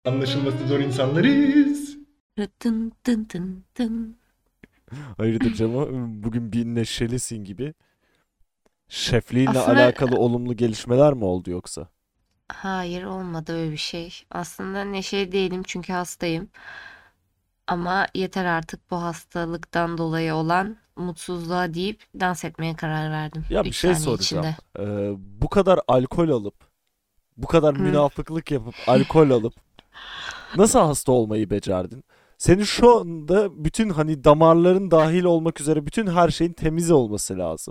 Anlaşılması zor insanlarız. Tın tın tın tın. Hayırdır Cemo? Bugün bir neşelisin gibi. Şefliğinle Aslında alakalı olumlu gelişmeler mi oldu yoksa? hayır, olmadı öyle bir şey. Aslında neşeli değilim çünkü hastayım. Ama yeter artık bu hastalıktan dolayı olan mutsuzluğa deyip dans etmeye karar verdim. Ya bir 3 şey saniye soracağım. içinde. Bu kadar alkol alıp, bu kadar Hı. münafıklık yapıp alkol alıp nasıl hasta olmayı becerdin? Senin şu anda bütün hani damarların dahil olmak üzere bütün her şeyin temiz olması lazım.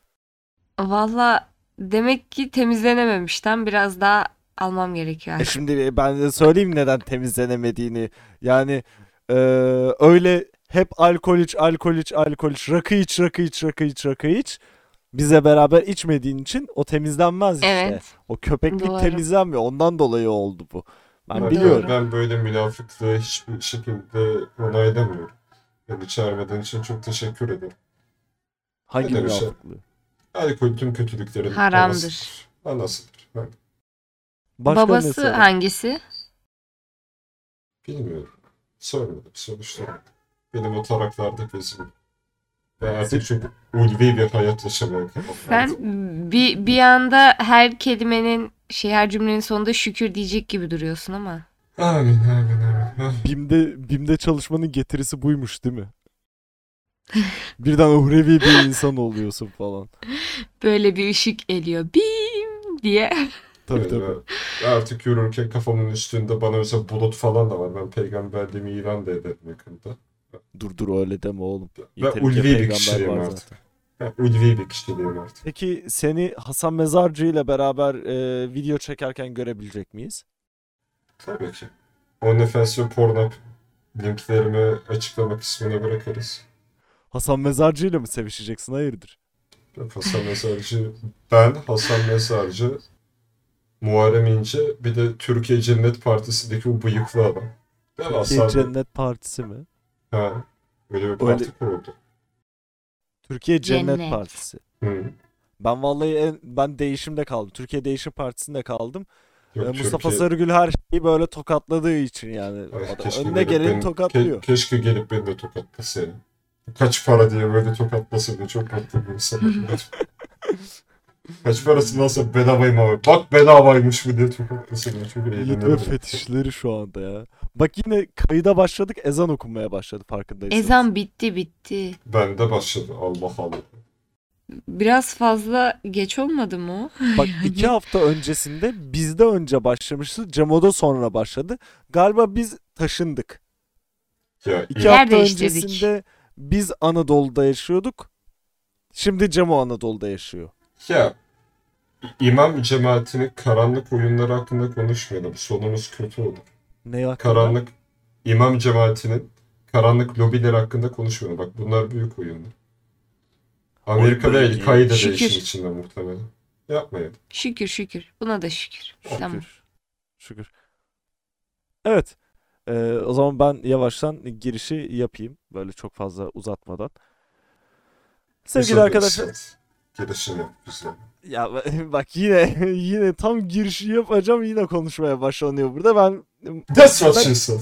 Valla demek ki temizlenememişten biraz daha almam gerekiyor artık. Şimdi ben de söyleyeyim neden temizlenemediğini. Yani e, öyle hep alkol iç, alkol iç, alkol iç, rakı iç, rakı iç, rakı iç, rakı iç. Bize beraber içmediğin için o temizlenmez işte. Evet, O köpeklik doğru. temizlenmiyor. Ondan dolayı oldu bu. Ben Ben, biliyorum. ben, Doğru. ben böyle münafıklığı hiçbir şekilde onaylamıyorum. Beni çağırmadığın için çok teşekkür ederim. Ne Hangi demiş? münafıklığı? Alkol tüm kötülüklerin Haramdır. anasıdır. Anasıdır. Ben Başka Babası mesela. hangisi? bilmiyorum. Sormadım. Sonuçta benim o taraklarda gözüm. Ben Se- artık çok ulvi bir hayat yaşamaya karar Sen verdim. bir anda her kelimenin her cümlenin sonunda şükür diyecek gibi duruyorsun ama. Amin, amin, amin. BİM'de çalışmanın getirisi buymuş değil mi? Birden uhrevi bir insan oluyorsun falan. Böyle bir ışık eliyor. Bim diye. Tabii Evet, tabii. ben artık yürürken kafamın üstünde bana mesela bulut falan da var. Ben peygamberliğimi ilan da ederim yakında. Dur dur öyle deme oğlum. Ben Yeterince ulvi bir peygamber kişiliğim var artık. zaten. Ben ulvi bir kişiliğim artık. Peki seni Hasan Mezarcı ile beraber video çekerken görebilecek miyiz? Tabii ki. OnlyFans ve Pornhub linklerimi açıklama kısmına bırakırız. Hasan Mezarcı ile mi sevişeceksin? Hayırdır? Hasan Mezarcı, ben Hasan Mezarcı, Muharrem İnce, bir de Türkiye Cennet Partisi'ndeki o bıyıklı adam. Türkiye Devasa bir... Cennet Partisi mi? Ha, öyle bir Öyle parti kuruldu. Türkiye Cennet Cennet. Partisi. Hı. Ben vallahi ben değişimde kaldım. Türkiye Değişim Partisi'nde kaldım. Yok Mustafa Türkiye... Sarıgül her şeyi böyle tokatladığı için yani. Ay, Adam keşke önüne gelip geleni beni, tokatlıyor. keşke gelip beni de tokatlasaydı. Kaç para diye böyle tokatlasaydı çok mutlu bir insanım. Kaç parası nasıl bedavayım abi. Bak bedavaymış bu diye tokatlasaydı çok Yitme eğlenirdim. fetişleri şu anda ya. Bak yine kayıda başladık, ezan okunmaya başladı farkındaysanız. Ezan bitti. Ben de başladı. Allah Allah. Biraz fazla geç olmadı mı o? Bak 2 hafta öncesinde bizde önce başlamıştı. Cemo'da sonra başladı. Galiba biz taşındık. Ya, 2 hafta Yer değiştirdik. öncesinde biz Anadolu'da yaşıyorduk. Şimdi Cemo Anadolu'da yaşıyor. ya İmam cemaatinin karanlık oyunları hakkında konuşmayalım. Sonumuz kötü olur. Ne hakkında? Karanlık İmam cemaatinin karanlık lobileri hakkında konuşmayalım. Bak bunlar büyük oyunlar. Amerika ve El-Kaide de işin Şükür. içinde muhtemelen. Yapmayalım. Şükür. Buna da şükür. Tamam. Şükür. Şükür. Evet. O zaman ben yavaştan girişi yapayım. Böyle çok fazla uzatmadan. Sevgili Kısa bir arkadaşlar. istat. Girişini yap güzel. Ya bak yine tam girişi yapacağım yine konuşmaya başlanıyor burada. That's what Ben she said.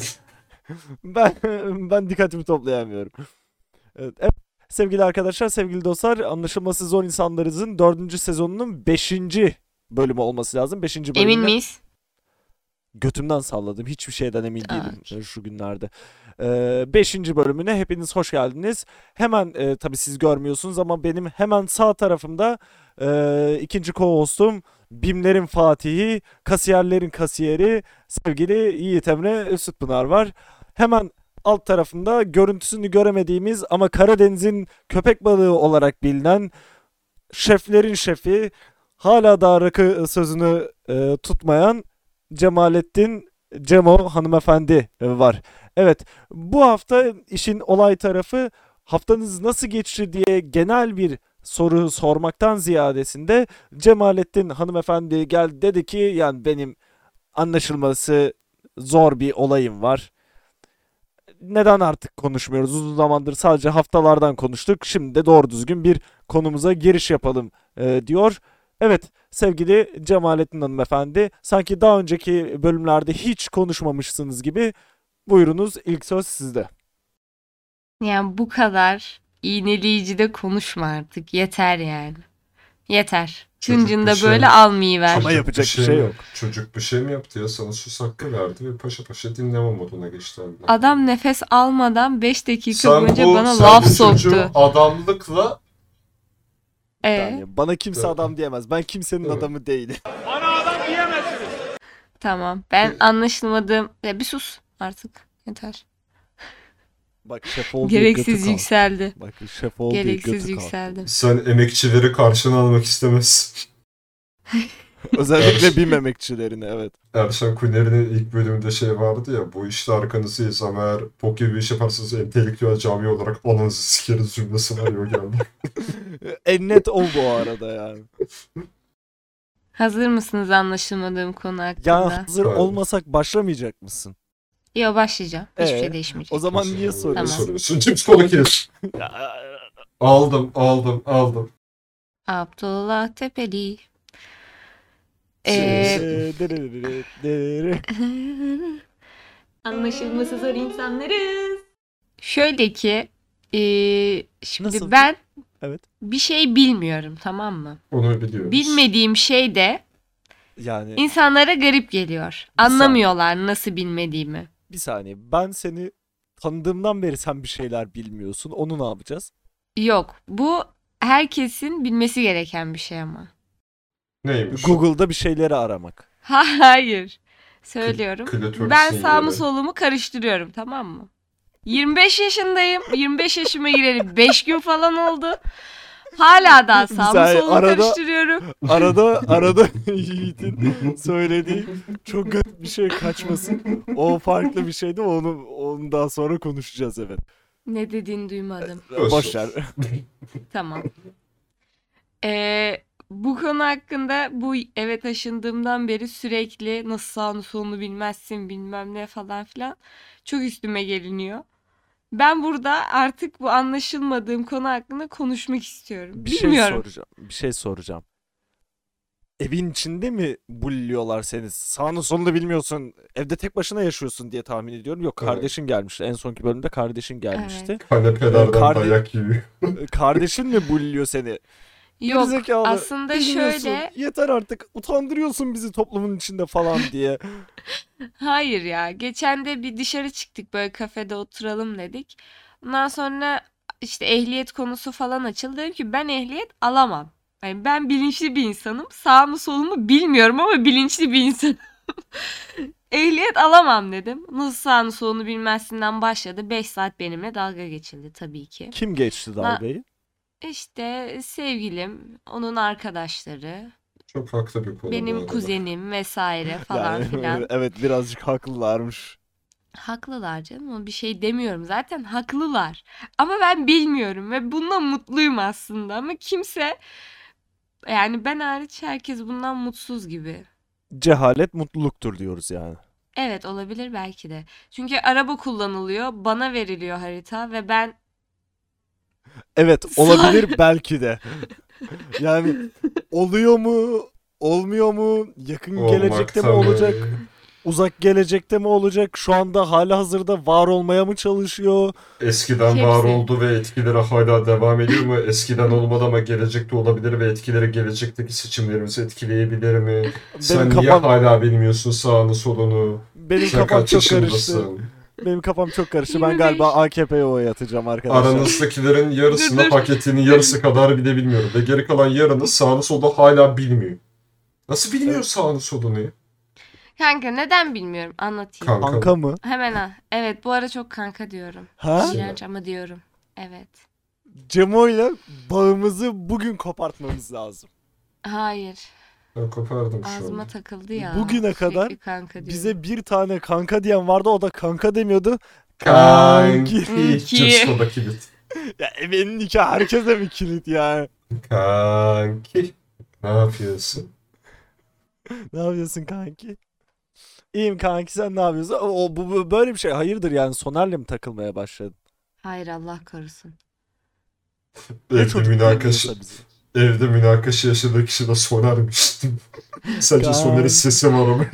ben ben dikkatimi toplayamıyorum. Evet, sevgili arkadaşlar, sevgili dostlar, Anlaşılması Zor İnsanlarızın 4. sezonunun 5. bölümü olması lazım. 5. Emin bölümde miyiz? götümden salladım. Hiçbir şeyden emin Aa, değilim şu günlerde. 5. bölümüne hepiniz hoş geldiniz. Hemen tabii siz görmüyorsunuz ama benim hemen sağ tarafımda ikinci co-hostum BİM'lerin Fatihi, kasiyerlerin kasiyeri sevgili Yiğit Emre Sütpınar var. Hemen alt tarafında görüntüsünü göremediğimiz ama Karadeniz'in köpek balığı olarak bilinen şeflerin şefi, hala da rakı sözünü tutmayan Cemalettin Cemo hanımefendi var. Evet, bu hafta işin olay tarafı haftanız nasıl geçti diye genel bir soru sormaktan ziyadesinde Cemalettin hanımefendi geldi dedi ki yani benim anlaşılması zor bir olayım var. Neden artık konuşmuyoruz? Uzun zamandır sadece haftalardan konuştuk. Şimdi de doğru düzgün bir konumuza giriş yapalım diyor. Evet, sevgili Cemalettin hanımefendi, sanki daha önceki bölümlerde hiç konuşmamışsınız gibi. Buyurunuz, ilk söz sizde. Yani bu kadar iğneleyici de konuşma artık. Yeter yani. Yeter. Çocuk Hıncını bir da şey böyle mi? almayıver. Ama Çocuk yapacak bir bir şey mi- yok. Çocuk bir şey mi yaptı ya? Sana söz hakkı verdi ve paşa paşa dinleme moduna geçti. Adam nefes almadan 5 dakika sen boyunca bu, bana sen laf bu çocuğu soktu. adamlıkla Yani bana kimse Evet. adam diyemez. Ben kimsenin Evet. adamı değilim. Tamam. Ben anlaşılmadığım... Ya bir sus artık. Yeter. Bak şef oldu diye Gereksiz götü kalktı. yükseldi. Bak şef oldu diye götü Gereksiz kalktı. yükseldi. sen emekçileri karşına almak istemezsin. Özellikle BİM emekçilerini, evet. Erşen Kuneri'nin ilk bölümünde şey vardı ya, bu işte arkanızdayız ama eğer bok gibi bir iş yaparsanız entelektüel cami olarak ananızı sikeriz cümlesi var ya, o geldi. En net o bu arada yani. Hazır mısınız anlaşılmadığım konu Ya hakkında? hazır Hayır. olmasak başlamayacak mısın? Yo, başlayacağım. Hiçbir Ee, şey değişmeyecek. O zaman niye Nasıl soruyorsun? soruyorsun? Cips kola kes. Aldım. Abdullah Tepeli. Anlaşılması zor insanlarız. Şöyle ki şimdi Nasıl? ben Evet. bir şey bilmiyorum, tamam mı? Onu biliyoruz. Bilmediğim şey de Yani insanlara garip geliyor. Anlamıyorlar nasıl bilmediğimi. bir saniye, ben seni tanıdığımdan beri sen bir şeyler bilmiyorsun. Onu ne yapacağız? Yok, bu herkesin bilmesi gereken bir şey ama. Neymiş? Google'da bir şeyleri aramak. Hayır. Söylüyorum. Kletör Ben sinyali. sağımı solumu karıştırıyorum, tamam mı? 25 yaşındayım. 25 yaşıma gireli 5 gün falan oldu. Hala daha sağımı saniye, solumu karıştırıyorum. Arada Yiğit'in söylediği çok garip bir şey kaçmasın. O farklı bir şeydi, onu daha sonra konuşacağız, evet. Ne dediğini duymadım. Boş ver. Tamam. Bu konu hakkında bu eve taşındığımdan beri sürekli nasıl sağını solunu bilmezsin bilmem ne falan filan çok üstüme geliniyor. Ben burada artık bu anlaşılmadığım konu hakkında konuşmak istiyorum. Bilmiyorum. Bir şey soracağım. Evin içinde mi bulliyorlar seni? Sağını solunu bilmiyorsun. Evde tek başına yaşıyorsun diye tahmin ediyorum. Yok, Evet. kardeşin gelmişti. En sonki bölümde kardeşin gelmişti. Kanepelerden Karde- dayak yiyor. Kardeşin mi bulliyor seni? Yok, Gerizekalı, aslında bilmiyorsun. şöyle, Yeter artık, utandırıyorsun bizi toplumun içinde falan diye. hayır ya, geçen de bir dışarı çıktık, böyle kafede oturalım dedik. Ondan sonra işte ehliyet konusu falan açıldı. Dedim ki ben ehliyet alamam. Yani ben bilinçli bir insanım. Sağımı solumu bilmiyorum ama bilinçli bir insanım. Ehliyet alamam dedim. Nasıl sağını solunu bilmezsinden başladı. 5 saat benimle dalga geçildi tabii ki. Kim geçti dalgayı? İşte sevgilim, onun arkadaşları, Çok haklı bir konu bu benim arada. kuzenim vesaire falan Yani filan. evet, birazcık haklılarmış. Haklılar canım, ama bir şey demiyorum. Zaten haklılar. Ama ben bilmiyorum ve bundan mutluyum aslında. Ama kimse, yani ben hariç herkes bundan mutsuz gibi. Cehalet mutluluktur diyoruz yani. Evet, olabilir belki de. Çünkü araba kullanılıyor, bana veriliyor harita ve ben Evet, olabilir belki de. Yani oluyor mu? Olmuyor mu? Yakın gelecekte mi Olmakta mı? olacak? Uzak gelecekte mi olacak? Şu anda halihazırda var olmaya mı çalışıyor? Eskiden var Hepsi. oldu ve etkileri hala devam ediyor mu? Eskiden olmadı ama gelecekte olabilir ve etkileri gelecekteki seçimlerimizi etkileyebilir mi? Sen niye kafam- hala bilmiyorsun sağını solunu? Benim Sen kafam kaç çok karıştı. yaşındasın? Benim kafam çok karıştı. Ben 25. galiba AKP'ye oy atacağım arkadaşlar. Aranızdakilerin yarısına Dur. paketinin yarısı kadar bile bilmiyorum. Ve geri kalan yarını sağını solunu hala bilmiyor. Nasıl bilmiyor Evet. sağını solunu ya? kanka neden bilmiyorum, anlatayım. Kanka. Kanka mı? Hemen ha. Evet, bu ara çok kanka diyorum. Ha? İğrenç ama diyorum. Evet. Cemo'yla bağımızı bugün kopartmamız lazım. Hayır. Ben kopardım şu Ağzıma an. takıldı ya. Bugüne kadar Sürekli kanka diyorum. Bize bir tane kanka diyen vardı, o da kanka demiyordu. Kanki. Kanki. Cips kola kilit. Ya evinin nikah herkese mi kilit yani? Kanki. Ne yapıyorsun? Ne yapıyorsun kanki? İyiyim kanki, sen ne yapıyorsun? Bu böyle bir şey. Hayırdır yani, Soner'le mi takılmaya başladın? Hayır, Allah korusun. Ne Evde çocuk münakaşa. dinliyorsa bizi. Evde münakaşa yaşadığı kişi de Soner'miş. Sence Kaan. Soner'in sesi var ama.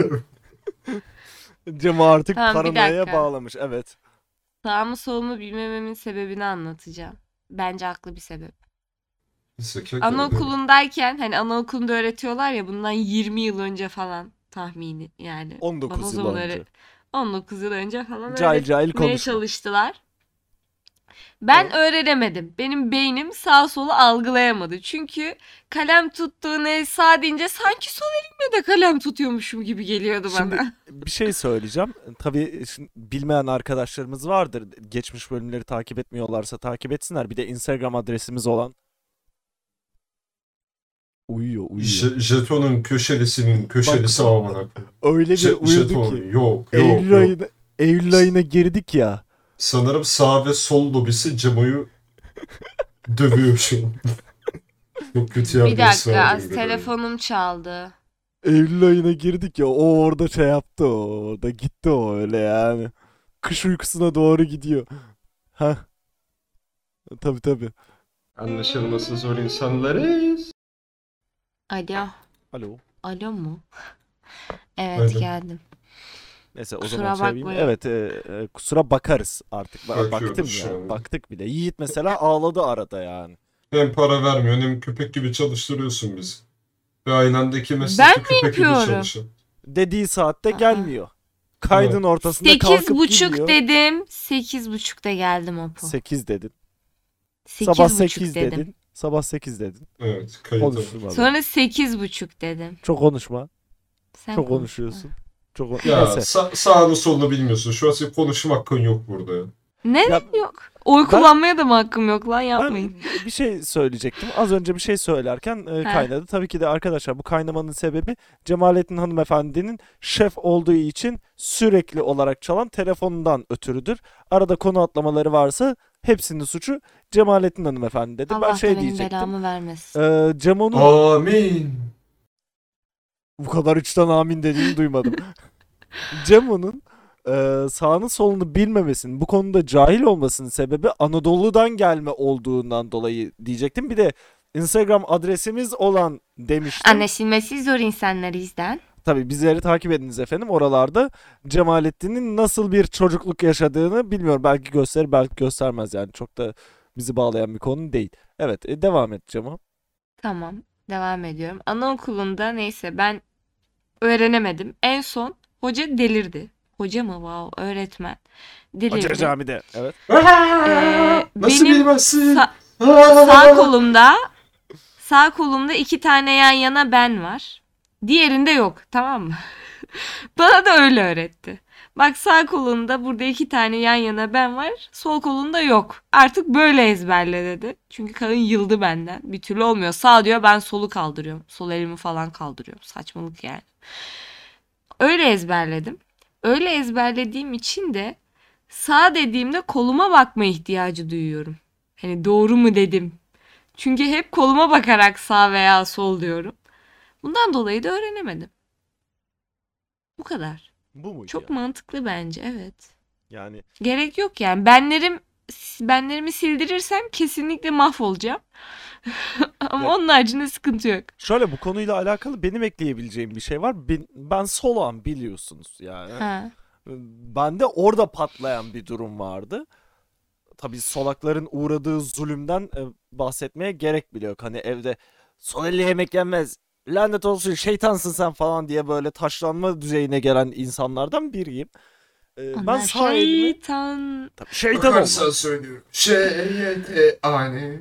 Cem'i artık Tamam, bir paranoya dakika. bağlamış. Evet. Sağımı solumu bilmememin sebebini anlatacağım. Bence haklı bir sebep. Anaokulundayken hani anaokulunda öğretiyorlar ya bundan 20 yıl önce falan tahmini yani. 19 Bana o yıl zaman önce. 19 yıl önce falan Cahil cahil öğretmeye konuşma. çalıştılar. Ben Evet. öğrenemedim. Benim beynim sağ solu algılayamadı. Çünkü kalem tuttuğun el sağ deyince sanki sol elimle de kalem tutuyormuşum gibi geliyordu Şimdi bana. bir şey söyleyeceğim. Tabii şimdi bilmeyen arkadaşlarımız vardır. Geçmiş bölümleri takip etmiyorlarsa takip etsinler. Bir de Instagram adresimiz olan. Uyuyor. Jetonun köşelisinin köşelisi Bak, amına. Öyle bir uyudu Jeton ki. yok. Eylül ayına girdik ya. Sanırım sağ ve sol lobisi Cemo'yu dövüyor şu an. Çok kötü Bir yerde ısrar dakika, ediyorum. telefonum çaldı. Eylül ayına girdik ya. O orada şey yaptı o. Orada gitti o öyle yani. Kış uykusuna doğru gidiyor. Ha. Tabii. Anlaşılması zor insanlarız. Alo. Alo. Alo mu? Evet, Alo. geldim. Neyse o Kusura zaman çevireyim. bakmayın. Evet kusura bakarız artık. Bakıyoruz Baktım şu ya. an. Baktık bile. Yiğit mesela ağladı arada yani. Hem para vermiyorsun hem köpek gibi çalıştırıyorsun bizi. Ve aynı anda iki Ben meslekte mi köpek gibi yapıyorum? çalışan. Dediği saatte Aa. gelmiyor. Kaydın ortasında kalkıp 8.30 gidiyor. dedim. 8.30'da geldim Apo. 8 dedin. 8.30 Sabah 8 dedim. dedin. Sabah 8 dedin. Evet, kayıt alın. Konuşturma. beni. Sonra 8.30 dedim. Çok konuşma. Sen Çok konuş. konuşuyorsun. Ya Neyse. sağını solunu bilmiyorsun. Şu an senin konuşma hakkın yok burada ya. Neden Ya- yok? Oy Ben- kullanmaya da mı hakkım yok lan, Ben yapmayın. bir şey söyleyecektim. Az önce bir şey söylerken kaynadı. Tabii ki de arkadaşlar bu kaynamanın sebebi Cemalettin hanımefendinin şef olduğu için sürekli olarak çalan telefonundan ötürüdür. Arada konu atlamaları varsa hepsinin suçu Cemalettin hanımefendidir. Allah Ben da şey benim diyecektim. belamı vermesin. Cemo'nun Amin. bu kadar üçten amin dediğini duymadım. Cemo'nun sağını solunu bilmemesinin, bu konuda cahil olmasının sebebi Anadolu'dan gelme olduğundan dolayı diyecektim. Bir de Instagram adresimiz olan demiştim. Anlaşılması zor insanlarızdan. Tabii bizleri takip ediniz efendim. Oralarda Cemalettin'in nasıl bir çocukluk yaşadığını bilmiyorum. Belki gösterir, belki göstermez yani. Çok da bizi bağlayan bir konu değil. Evet, devam et Cemo. Tamam, devam ediyorum. Anaokulunda neyse ben öğrenemedim. En son hoca delirdi. Hoca mı? Wow, öğretmen. Hoca Delirdi. camide. Evet. Nasıl Benim bilmezsin? sağ kolumda 2 tane yan yana ben var. Diğerinde yok, tamam mı? Bana da öyle öğretti. Bak, sağ kolunda burada 2 tane yan yana ben var. Sol kolunda yok. Artık böyle ezberle dedi. Çünkü kadın yıldı benden. Bir türlü olmuyor. Sağ diyor, ben solu kaldırıyorum. Sol elimi falan kaldırıyorum. Saçmalık yani. Öyle ezberledim. Öyle ezberlediğim için de sağ dediğimde koluma bakma ihtiyacı duyuyorum. Hani doğru mu dedim. Çünkü hep koluma bakarak sağ veya sol diyorum. Bundan dolayı da öğrenemedim. Bu kadar. Bu muydu Çok ya? mantıklı bence, evet. Yani Gerek yok yani. Benlerimi sildirirsem kesinlikle mahvolacağım. Ama Ya- onun haricinde sıkıntı yok. şöyle bu konuyla alakalı benim ekleyebileceğim bir şey var. Ben solağım biliyorsunuz yani. Ha. Bende orada patlayan bir durum vardı. Tabii solakların uğradığı zulümden bahsetmeye gerek bile yok. Hani evde sol elle yemek yenmez, lanet olsun şeytansın sen falan diye böyle taşlanma düzeyine gelen insanlardan biriyim. Ben Onlar sağ elimi... şeytan. Tabii şeytan Bakarsan olmaz. söylüyorum. Şeytani.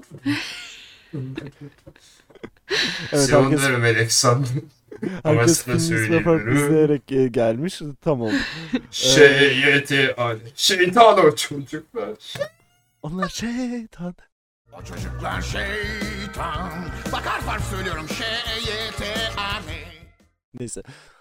Evet, herkes, Siyonları melek sandım. Ama herkes sana Phineas ve Ferb söyleyemiyorum. izleyerek gelmiş. Tam oldu. Şeytani. Şeytan o çocuklar. Onlar şeytan. O çocuklar şeytan. Bakar fark söylüyorum şeytani. Neyse.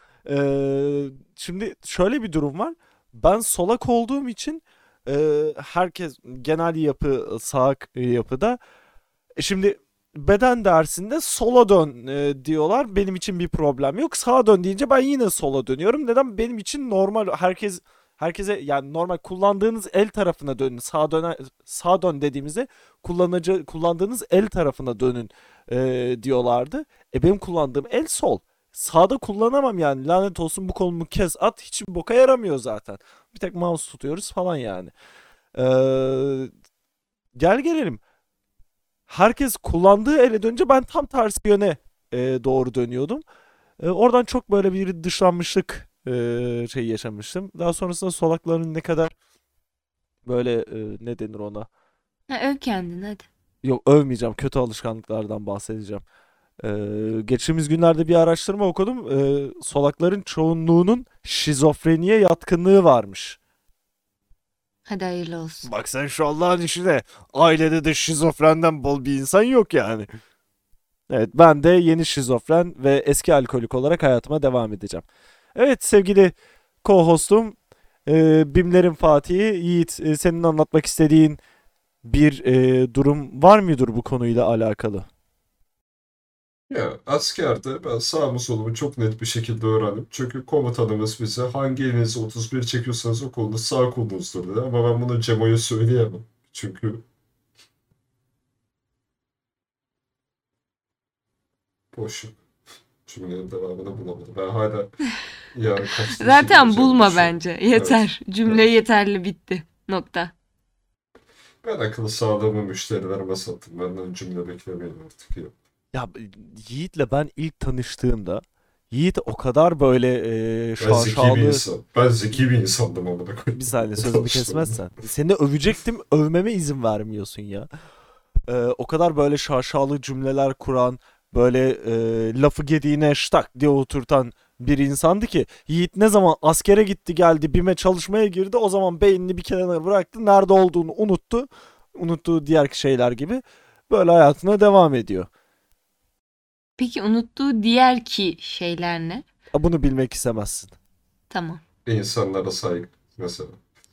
Şimdi şöyle bir durum var. Ben solak olduğum için herkes genel yapı sağ yapıda. Şimdi beden dersinde sola dön benim için bir problem yok. Sağa dön deyince ben yine sola dönüyorum. Neden? Benim için normal. Herkes Herkese yani normal kullandığınız el tarafına dönün. Sağ dön dediğimizde kullandığınız el tarafına dönün diyorlardı. Benim kullandığım el sol. Sağda kullanamam yani. Lanet olsun bu kolumu kes at. Hiçbir boka yaramıyor zaten. Bir tek mouse tutuyoruz falan yani. Gel gelelim. Herkes kullandığı ele dönünce ben tam tersi yöne doğru dönüyordum. Oradan çok böyle bir dışlanmışlık şey yaşamıştım. Daha sonrasında solakların ne kadar böyle ne denir ona? Ha, öv kendini hadi. Yok övmeyeceğim. Kötü alışkanlıklardan bahsedeceğim. Geçtiğimiz günlerde bir araştırma okudum. Solakların çoğunluğunun şizofreniye yatkınlığı varmış. Hadi hayırlı olsun. Bak sen şu Allah'ın işine. Ailede de şizofrenden bol bir insan yok yani. Evet ben de yeni şizofren ve eski alkolik olarak hayatıma devam edeceğim. Evet sevgili co-hostum Bimlerin Fatih'i Yiğit senin anlatmak istediğin bir durum var mıdır bu konuyla alakalı? Ya askerde ben sağımı solumu çok net bir şekilde öğrendim. Çünkü komutanımız bize hangi elinizi 31 çekiyorsanız o kolunuz sağ kolunuzdur dedi. Ama ben bunu Cemo'ya söyleyemem. Çünkü boşum. Cümlenin devamını bulamadım. Ben hala yarın kaçta Zaten işe bulma gideceğim bence. Yeter. Cümle Evet. yeterli bitti. Nokta. Ben akıllı sağlığımı müşterilerime sattım. Benden cümle beklemeyin artık ya. Ya Yiğit'le ben ilk tanıştığımda Yiğit o kadar böyle Ben zeki bir şaşalı. insan. Ben zeki bir insandım amına koyayım. Bir saniye sözümü Tanıştığımda. kesmezsen. Seni övecektim, övmeme izin vermiyorsun ya. O kadar böyle şaşalı cümleler kuran, böyle lafı gediğine ştak diye oturtan bir insandı ki Yiğit ne zaman askere gitti geldi BİM'e çalışmaya girdi o zaman beynini bir kenara bıraktı. Nerede olduğunu unuttu. Unuttuğu diğer şeyler gibi böyle hayatına devam ediyor. Peki unuttuğu diğer ki şeyler ne? Bunu bilmek istemezsin. Tamam. İnsanlara saygı mesela.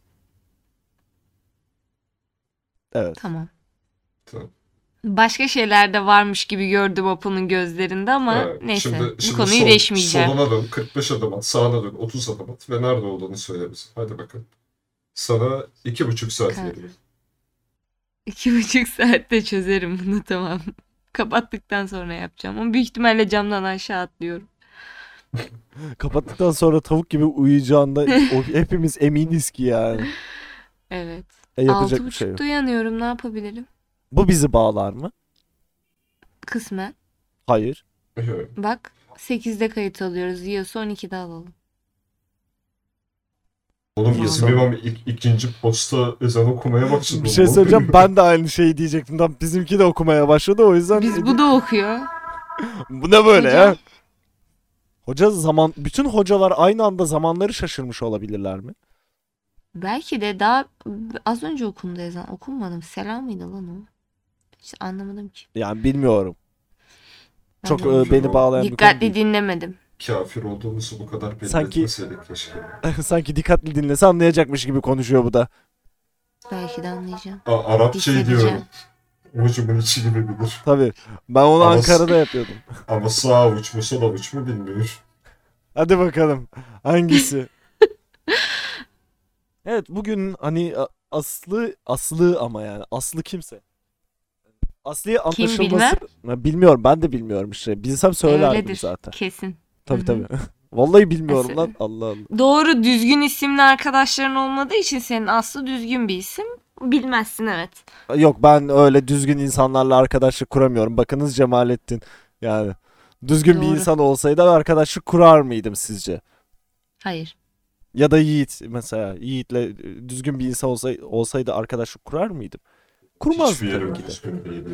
Evet. Tamam. Tamam. Başka şeyler de varmış gibi gördüm Apo'nun gözlerinde ama Evet. neyse. Bu Şimdi konuyu değişmeyeceğim. soluna dön, 45 adım at, sağına dön, 30 adım at ve nerede olduğunu söyle bize. Hadi bakalım. Sana 2,5 saat Kar- veriyorum. 2,5 saatte çözerim bunu tamam. Kapattıktan sonra yapacağım. Ama büyük ihtimalle camdan aşağı atlıyorum. Kapattıktan sonra tavuk gibi uyuyacağında hepimiz eminiz ki yani. Evet. Yapacak bir şey yok. 6.30'da uyanıyorum. Ne yapabilirim? Bu bizi bağlar mı? Kısmen. Hayır. Evet. Bak 8'de kayıt alıyoruz. Yiyorsa 12'de alalım. Oğlum Tamam. bizim imam ikinci posta ezan okumaya başladı. Bir şey oğlum. söyleyeceğim. Ben de aynı şeyi diyecektim. Tam bizimki de okumaya başladı. O yüzden Biz bu da okuyor. bu ne böyle Hocam. ya? Hoca bütün hocalar aynı anda zamanları şaşırmış olabilirler mi? Belki de daha az önce okundu ezan. Okunmadı mı? Selam mıydı lan o? Hiç anlamadım ki. Yani bilmiyorum. Ben Çok de bilmiyorum. beni bağlayan bir konu Dikkatli değil. dinlemedim. Kafir olduğumuzu bu kadar belli Sanki- etmeseydik keşke. Sanki dikkatli dinlese anlayacakmış gibi konuşuyor bu da. Belki de anlayacağım. Arapçayı Hissedeceğim. diyorum. Ucumun içi gibi bilir. Tabii. Ben onu Ama- Ankara'da yapıyordum. Ama sağ avuç mu sol avuç mu bilmiyor. Hadi bakalım. Hangisi? Evet bugün hani Aslı ama yani Aslı kimse. Aslı'ya anlaşılması... Ha, bilmiyorum ben de bilmiyorum işte. Bilsem söylerdim Öyledir. zaten. Kesin. Tabii Hı hı. tabii. Vallahi bilmiyorum Aslı. lan. Allah Allah. Doğru düzgün isimli arkadaşların olmadığı için senin Aslı düzgün bir isim. Bilmezsin evet. Yok ben öyle düzgün insanlarla arkadaşlık kuramıyorum. Bakınız Cemalettin. Yani düzgün bir Doğru. insan olsaydı arkadaşlık kurar mıydım sizce? Hayır. Ya da Yiğit mesela. Yiğit'le düzgün bir insan olsaydı arkadaşlık kurar mıydım? Kurmazdım Hiçbir tabii yerim ki de. düzgün değil.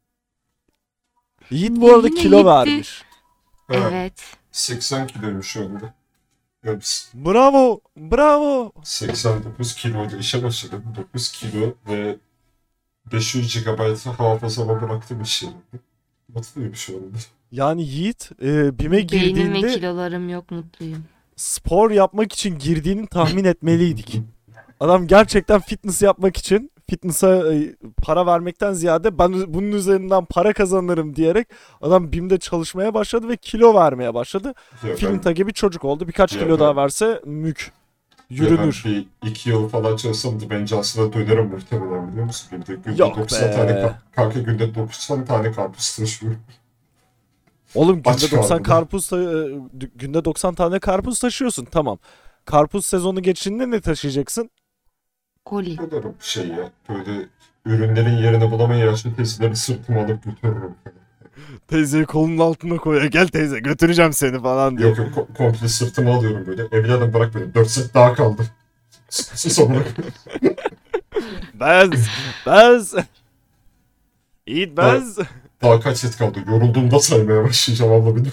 Yiğit bu arada Yine kilo Yiğit'ti. vermiş. Ha, Evet. 80 kiloymuş şu anda. Ya biz Bravo. Bravo. 89 kiloyla işe başladım. 9 kilo ve 500 GB hafızama bıraktım iş yerinde. Mutluyum şu anda. Yani Yiğit BİM'e Beynim ve girdiğinde kilolarım yok mutluyum. spor yapmak için girdiğini tahmin etmeliydik. Adam gerçekten fitness yapmak için fitness'a para vermekten ziyade ben bunun üzerinden para kazanırım diyerek adam BİM'de çalışmaya başladı ve kilo vermeye başladı. Ya Filinta gibi çocuk oldu. Birkaç Ya kilo ben- daha verse mük. Yürünür. Ben bir 2 yıl falan çalışsam da ben Johnson'a dönerim muhtemelen, biliyor musun? Günde Yok 90 tane be. kanka günde 90 tane karpuz taşıyorum. Oğlum günde Aç 90 karnına. karpuz günde 90 tane karpuz taşıyorsun. Tamam. Karpuz sezonu geçtiğinde ne taşıyacaksın? Koli. Dönerim şey ya. Böyle ürünlerin yerini bulamayan yaşlı teyzeleri sırtıma alıp götürürüm. Teyzeyi kolunun altına koy. Gel teyze götüreceğim seni falan diye. Yok yok, komple sırtıma alıyorum böyle. Evladım bırak beni. 4 set daha kaldı. Sonra Bez. Yiğit bez. daha kaç set kaldı? Yorulduğumda saymaya başlayacağım abla benim.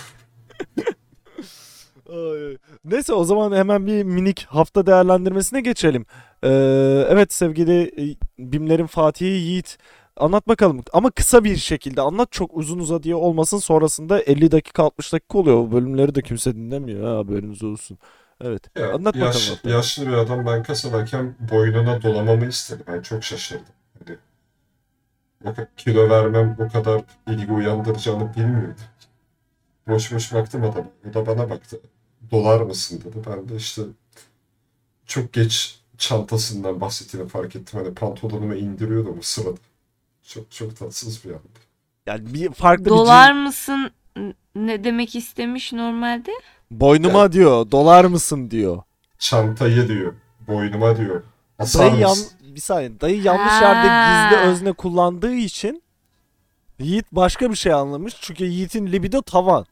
Ay. Neyse o zaman hemen bir minik hafta değerlendirmesine geçelim. Evet sevgili BİM'lerin Fatih'i Yiğit, anlat bakalım ama kısa bir şekilde anlat, çok uzun uzadıya olmasın, sonrasında 50 dakika 60 dakika oluyor, o bölümleri de kimse dinlemiyor ha, haberiniz olsun. Evet, Ya, anlat bakalım haftayı. yaşlı bir adam ben kasadayken boynuna dolamamı istedi. Ben çok şaşırdım. Hani, kilo vermem bu kadar ilgi uyandıracağını bilmiyordum. Boş boş baktım adama. O da bana baktı. Dolar mısın dedi. Ben de işte çok geç çantasından bahsettiğini fark ettim. Hani pantolonumu indiriyordum o sırada. Çok çok tatsız bir anda. Yani bir farklı Dolar mısın? Ne demek istemiş normalde? boynuma diyor, dolar mısın diyor. Çantayı diyor. Boynuma diyor. Asar Dayı mısın? bir saniye, dayı yanlış yerde gizli Ha. özne kullandığı için Yiğit başka bir şey anlamış, çünkü Yiğit'in libido tavan.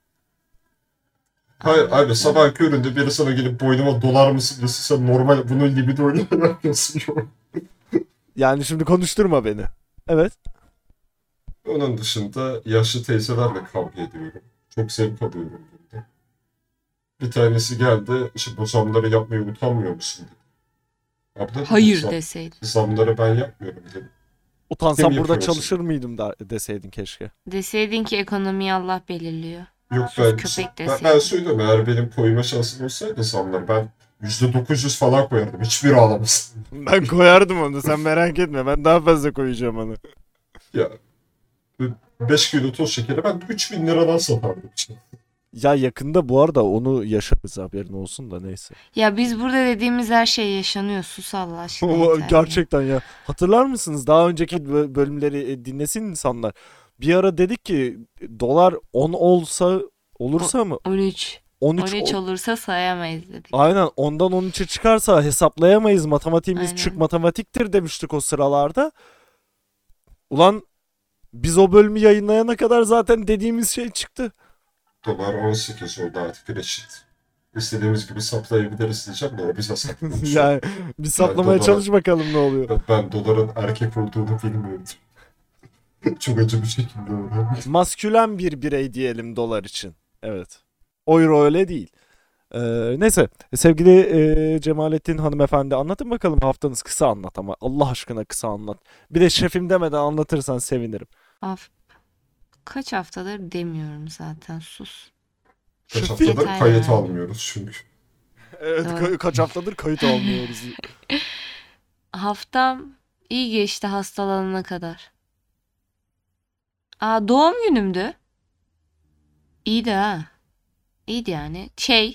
Hayır abi, sabah köründe biri sana gelip boynuma dolar mısın dese sen normal bunu libido ile yapıyorsun. Yani şimdi konuşturma beni. Evet. Onun dışında yaşlı teyzelerle kavga ediyorum. Çok zevk alıyorum bunda. Bir tanesi geldi, işte bu zamları yapmaya utanmıyor musun dedi. Abla dedim, Hayır deseydin. zamları ben yapmıyorum dedim. Utansam Kim burada yapıyor çalışır mıydım deseydin keşke. Deseydin ki ekonomiyi Allah belirliyor. Yok Sus ben, köpek ben deseydin. söylüyorum, eğer benim koyma şansım olsaydı zamları ben %900 falan koyardım. Hiçbiri ağlamaz. Ben koyardım onu, sen merak etme, ben daha fazla koyacağım onu. Ya 5 kilo toz şekeri ben 3000 liradan satardım işte. Ya yakında bu arada onu yaşarız, haberin olsun da, neyse. Ya biz burada dediğimiz her şey yaşanıyor. Sus Allah aşkına. O yeter ya. gerçekten ya. Hatırlar mısınız? Daha önceki bölümleri dinlesin insanlar. Bir ara dedik ki dolar 10 olursa mı? 13. 13 13 olursa sayamayız dedik. Aynen, ondan 13'e çıkarsa hesaplayamayız. Matematiğimiz Aynen. çık matematiktir demiştik o sıralarda. Ulan biz o bölümü yayınlayana kadar zaten dediğimiz şey çıktı. Dolar 18 oldu artık reşit. İstediğimiz gibi saplayabiliriz diyeceğim de o bize saklamış. Yani bir saplamaya dolara- çalış bakalım ne oluyor. Ben doların erkek olduğunu bilmiyordum. Çok acı bir şekilde öğrendim. Maskülen bir birey diyelim dolar için. Evet. Euro öyle değil. Neyse sevgili Cemalettin hanımefendi, anlatın bakalım haftanız, kısa anlat ama Allah aşkına kısa anlat. Bir de şefim demeden anlatırsan sevinirim. Kaç haftadır demiyorum zaten. Sus. Kaç Şefim. haftadır Yeter kayıt yani. almıyoruz çünkü. Evet, Doğru. kaç haftadır kayıt almıyoruz. Haftam iyi geçti hastalanana kadar. Doğum günümdü. İyiydi ha. İyiydi yani.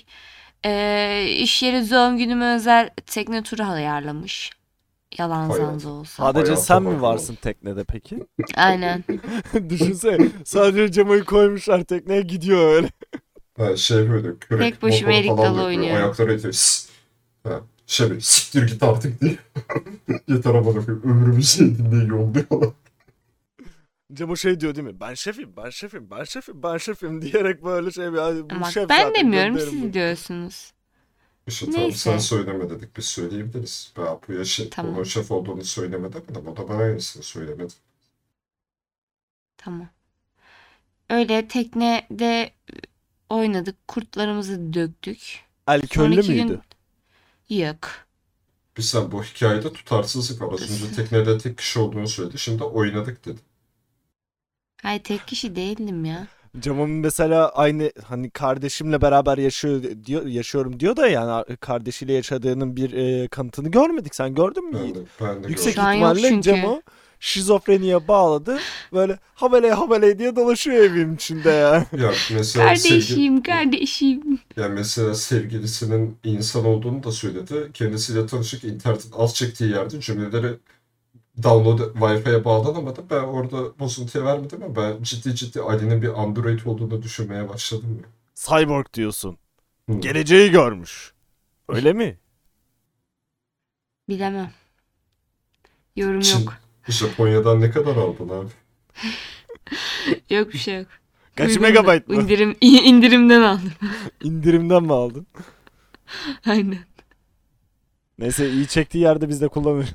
İş yeri doğum günüme özel tekne turu ayarlamış. Yalan Hayat. zanza olsa. Sadece Hayata sen mi bakalım. varsın teknede peki? Aynen. Düşünsene, sadece Cemo'yu koymuşlar tekneye, gidiyor öyle. Ha, şey böyle kürek, Tek başıma motor erik falan dalı böyle oynuyorum. ayakları itiyor. Ha, şey böyle siktir git artık diye. Yeter ama bakayım ömrümüzü yedin diye yolluyorlar. Cemo şey diyor değil mi? Ben şefim, ben şefim, ben şefim, ben şefim diyerek böyle şey. Bu Bak şef ben zaten, demiyorum, gönderin siz bunu. diyorsunuz. İşte tamam, Neyse. sen söyleme dedik, biz söyleyebiliriz. Ben bu yaşı Tamam. onun şef olduğunu söylemedi ama o da bana aynısını söylemedi. Tamam. Öyle teknede oynadık. Kurtlarımızı döktük. Alkollü Sonraki müydü? gün yok. Biz sen bu hikayede tutarsızlık var. Az önce teknede tek kişi olduğunu söyledi. Şimdi oynadık dedi. Hayır, tek kişi değildim ya. Cemo'nun mesela aynı hani kardeşimle beraber yaşıyorum diyor da, yani kardeşiyle yaşadığının bir kanıtını görmedik. Sen gördün mü Ben Yiğit? de, ben de Yüksek Şu an yok ihtimalle çünkü. Cemo şizofreniye bağladı. Böyle habele diye dolaşıyor evin içinde ya. Ya mesela Kardeşim. ya mesela sevgilisinin insan olduğunu da söyledi. Kendisiyle tanışık internetin az çektiği yerde cümleleri download Wi-Fi'ye bağlanamadı. Ben orada bozuntuya vermedim ama ben ciddi Ali'nin bir Android olduğunu düşünmeye başladım ya. Cyborg diyorsun. Hı. Geleceği görmüş. Öyle mi? Bilemem. Yorum Çin- yok. Japonya'dan ne kadar aldın abi? Yok bir şey yok. Kaç Uygun- megabayt mı? indirimden aldım. İndirimden mi aldın? Aynen. Neyse iyi çektiği yerde biz de kullanırız.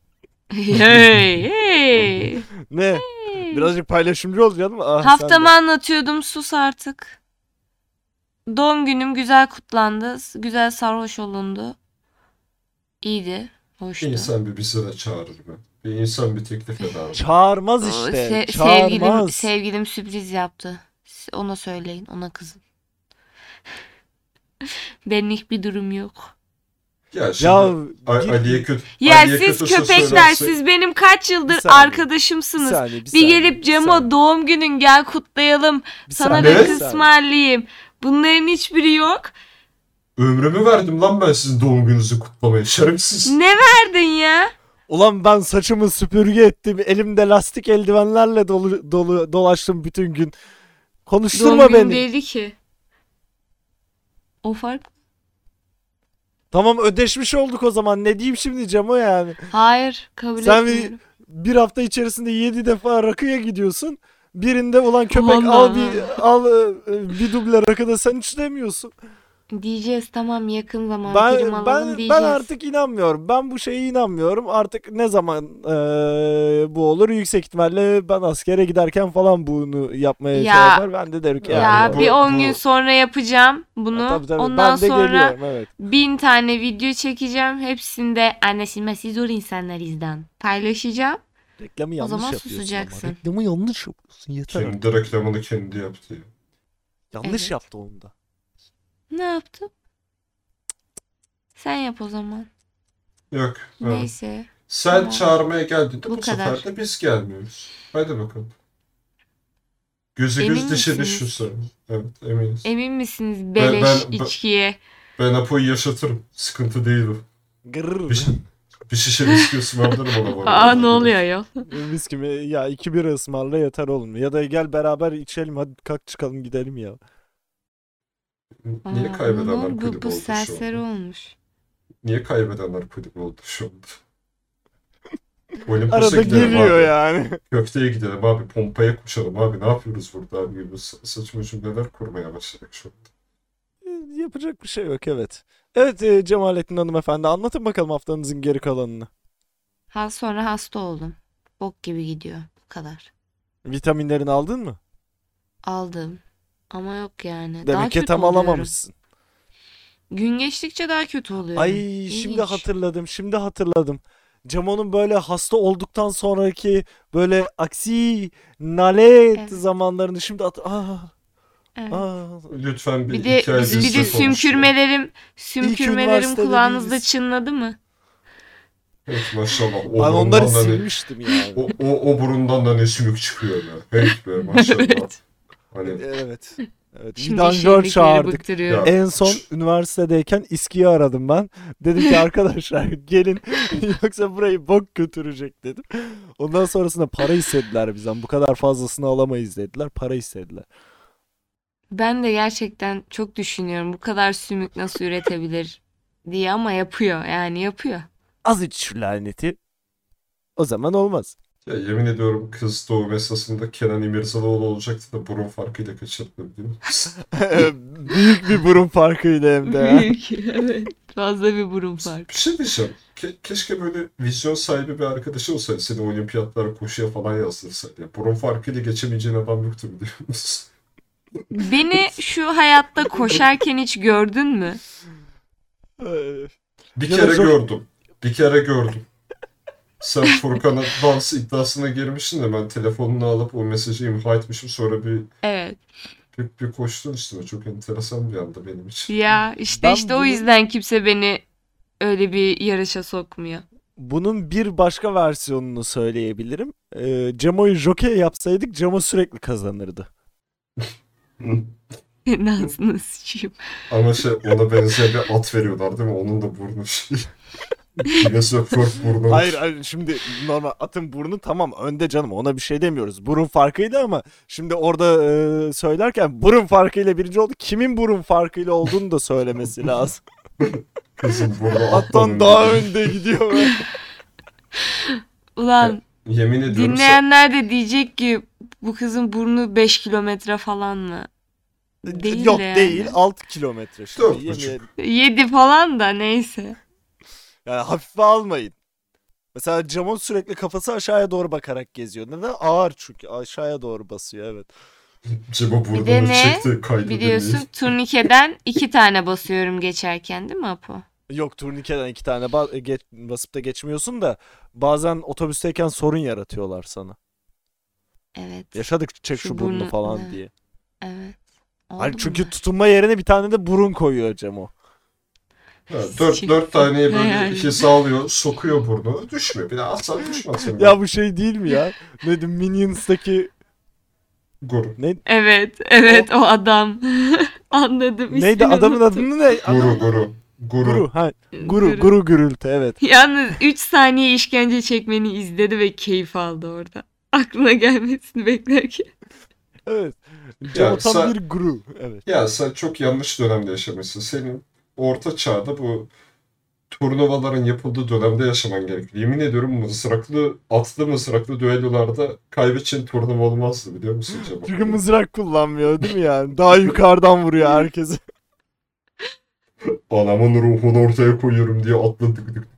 Hey. Ne? Birazcık paylaşımcı olacağız mı? Ah, sen Haftamı de. anlatıyordum, sus artık. Doğum günüm güzel kutlandı. Güzel sarhoş olundu. İyiydi. Hoştu. İnsan bir bize de çağırır mı? Bir insan bir teklif eder mi? Çağırmaz O işte. sevgilim, Çağırmaz. sevgilim sürpriz yaptı. Ona söyleyin, ona kızın. Benlik bir durum yok. Ya şimdi Ya Ali'ye kötü Ya Ali'ye siz kötü söz köpekler, söylersek- siz benim kaç Bir yıldır saniye, arkadaşımsınız. bir Bir saniye, gelip bir Cemo saniye. doğum günün gel kutlayalım. Bir Sana saniye, rakı bir saniye. ısmarlayayım. Bunların hiçbiri yok. Ömrümü verdim lan ben sizin doğum gününüzü kutlamaya. Şerefsiz. Ne verdin ya? Ulan ben saçımı süpürge ettim. Elimde lastik eldivenlerle dolaştım bütün gün. Konuşturma Doğum günü beni. değildi ki. O fark. Tamam ödeşmiş olduk o zaman. Ne diyeyim şimdi Cemo yani. Hayır, kabul Sen etmiyorum. bir hafta içerisinde 7 defa rakıya gidiyorsun. Birinde ulan köpek Allah al Allah. bir duble rakı da sen hiç demiyorsun. Diyeceğiz, tamam, yakın zaman prim alalım Ben diyeceğiz. artık inanmıyorum. Ben bu şeye inanmıyorum. Artık ne zaman bu olur? Yüksek ihtimalle ben askere giderken falan bunu yapmaya Ya- şey yapar. Ben de derim ki Ya Yani bir bu- 'on bu- gün sonra yapacağım bunu. tabii, Ondan ben de sonra geliyorum evet. 1000 tane video çekeceğim. Hepsinde anlaşılması zor insanlar izden paylaşacağım. Reklamı O yanlış zaman yapıyorsun susacaksın. ama. Reklamı yanlış yapıyorsun. Yeter artık. Kendi reklamını kendi yaptı ya. Yanlış Evet. yaptı onu da. Ne yaptım? Sen yap o zaman. Yok. ha. Neyse. Sen Tamam. çağırmaya geldiğinde Bu bu kadar. sefer de biz gelmiyoruz. Hadi bakalım. Gözü Emin göz dişe diş misiniz? şu sen. Evet eminiz. Emin misiniz beleş ben- içkiye? Ben Apo'yu yaşatırım. Sıkıntı değil o. Gırr. Bir şişe viski ısmarlarım ona. bana. Aa, ne oluyor ya? Mis gibi ya 2 bira ısmarla yeter oğlum. Ya da gel beraber içelim hadi kalk çıkalım gidelim ya. Niye Aa, kaybedenler bu kulübü oldu şu serseri anda? olmuş. Niye kaybedenler kulübü oldu şu anda? Olimpos'a Arada gidelim geliyor abi. yani. Köfteye gidelim abi. Pompaya koşalım abi. Ne yapıyoruz burada abi gibi saçma cümleler kurmaya başladık şu anda. Yapacak bir şey yok evet. Evet Cemalettin hanımefendi anlatın bakalım haftanızın geri kalanını. Sonra hasta oldum. Bok gibi gidiyor. Bu kadar. Vitaminlerini aldın mı? Aldım. Ama yok yani. Daha Demek ki kötü tam oluyorum. alamamışsın. Gün geçtikçe daha kötü oluyorum. Ay şimdi İlginç. hatırladım. Cemo'nun böyle hasta olduktan sonraki böyle aksi nalet Evet. zamanlarını şimdi Evet. Lütfen bir Bir de hikaye bir de dizisi konuşalım. sümkürmelerim üniversitede kulağınızda değiliz. çınladı mı? Evet maşallah. O Ben onları burundan da ne, silmiştim yani. o burundan da ne sümük çıkıyor ya. Herif be maşallah. Evet. Hani Evet. Evet. Şimdi Vidanjör şehirdekileri çağırdık. bıktırıyorum. Ya. En son üniversitedeyken İSKİ'yi aradım ben. Dedim ki arkadaşlar gelin yoksa burayı bok götürecek dedim. Ondan sonrasında para istediler bizden. Bu kadar fazlasını alamayız dediler. Para istediler. Ben de gerçekten çok düşünüyorum. Bu kadar sümük nasıl üretebilir diye, ama yapıyor. Yani yapıyor. Az iç şu laneti. O zaman olmaz. ya yemin ediyorum kız doğum esnasında Kenan İmirzalıoğlu olacaktı da burun farkıyla kaçırdı değil mi? Büyük bir burun farkıyla hem de. ya. Büyük. Evet. Fazla bir burun farkı. Bir şey diyeceğim. Keşke böyle vizyon sahibi bir arkadaşı olsaydı. Seni olimpiyatlara koşuya falan yazdırsaydı. Ya, burun farkıyla geçemeyeceğin adam yoktu biliyor musun? Beni şu hayatta koşarken hiç gördün mü? Bir Ya da kere çok- gördüm. Bir kere gördüm. Sen Furkan'ın dans iddiasına girmişsin de ben telefonunu alıp o mesajı imha etmişim. Sonra Evet. bir koştun üstüne. Çok enteresan bir anda benim için. Ya işte Ben işte o bunu- yüzden kimse beni öyle bir yarışa sokmuyor. Bunun bir başka versiyonunu söyleyebilirim. Cemo'yu jokey yapsaydık Cemo sürekli kazanırdı. Ağzına sıçayım. Ama ona benzeyen bir at veriyorlar değil mi? Onun da burnu şey. Guinness Rekor burnu. Hayır şimdi normal atın burnu tamam önde canım, ona bir şey demiyoruz. Burun farkıydı ama şimdi orada söylerken burun farkıyla birinci oldu. Kimin burun farkıyla olduğunu da söylemesi lazım. Kızın burnu Attan daha önde gidiyor. Ulan Yemin ediyorum dinleyenler de diyecek ki bu kızın burnu 5 kilometre falan mı? Değil Yok de yani. değil 6 kilometre. Şimdi 4,5. 7 falan da neyse. Yani hafife almayın. Mesela Cemo sürekli kafası aşağıya doğru bakarak geziyor. Neden? Ağır çünkü aşağıya doğru basıyor, evet. Cemo Bir de burnunu ne? çekti kaydı Biliyorsun dinleyin. turnikeden 2 tane basıyorum geçerken değil mi Apo? Yok, turnikeden 2 tane basıp da geçmiyorsun da bazen otobüsteyken sorun yaratıyorlar sana. Evet. Yaşadık çek Şu şu burnunu burnu, falan evet. diye. Evet. Hani Oldu çünkü mu? tutunma yerine bir tane de burun koyuyor Cemo. Dört taneyi böyle Yani. hizalıyor, sokuyor burnu. Düşmüyor. Bir daha asla düşmez. Ya bu şey değil mi ya? Neydi Minions'taki Guru. Evet o adam. Anladım. neydi ismini adamın unuttum. adını ne? Guru. Guru. Ha, Guru gürültü, evet. Yalnız 3 saniye işkence çekmeni izledi ve keyif aldı orada. Aklına gelmesini beklerken. Evet. Cemo tam sen- bir guru. Evet. Ya sen çok yanlış dönemde yaşamışsın. Senin orta çağda bu turnuvaların yapıldığı dönemde yaşaman gerekiyor. Yemin ediyorum atlı mızraklı düellolarda kaybedeceğin turnuva olmazdı biliyor musun Cemo? Çünkü mızrak kullanmıyor değil mi yani? Daha yukarıdan vuruyor herkesi. Anamın ruhunu ortaya koyuyorum diye atla dık dık.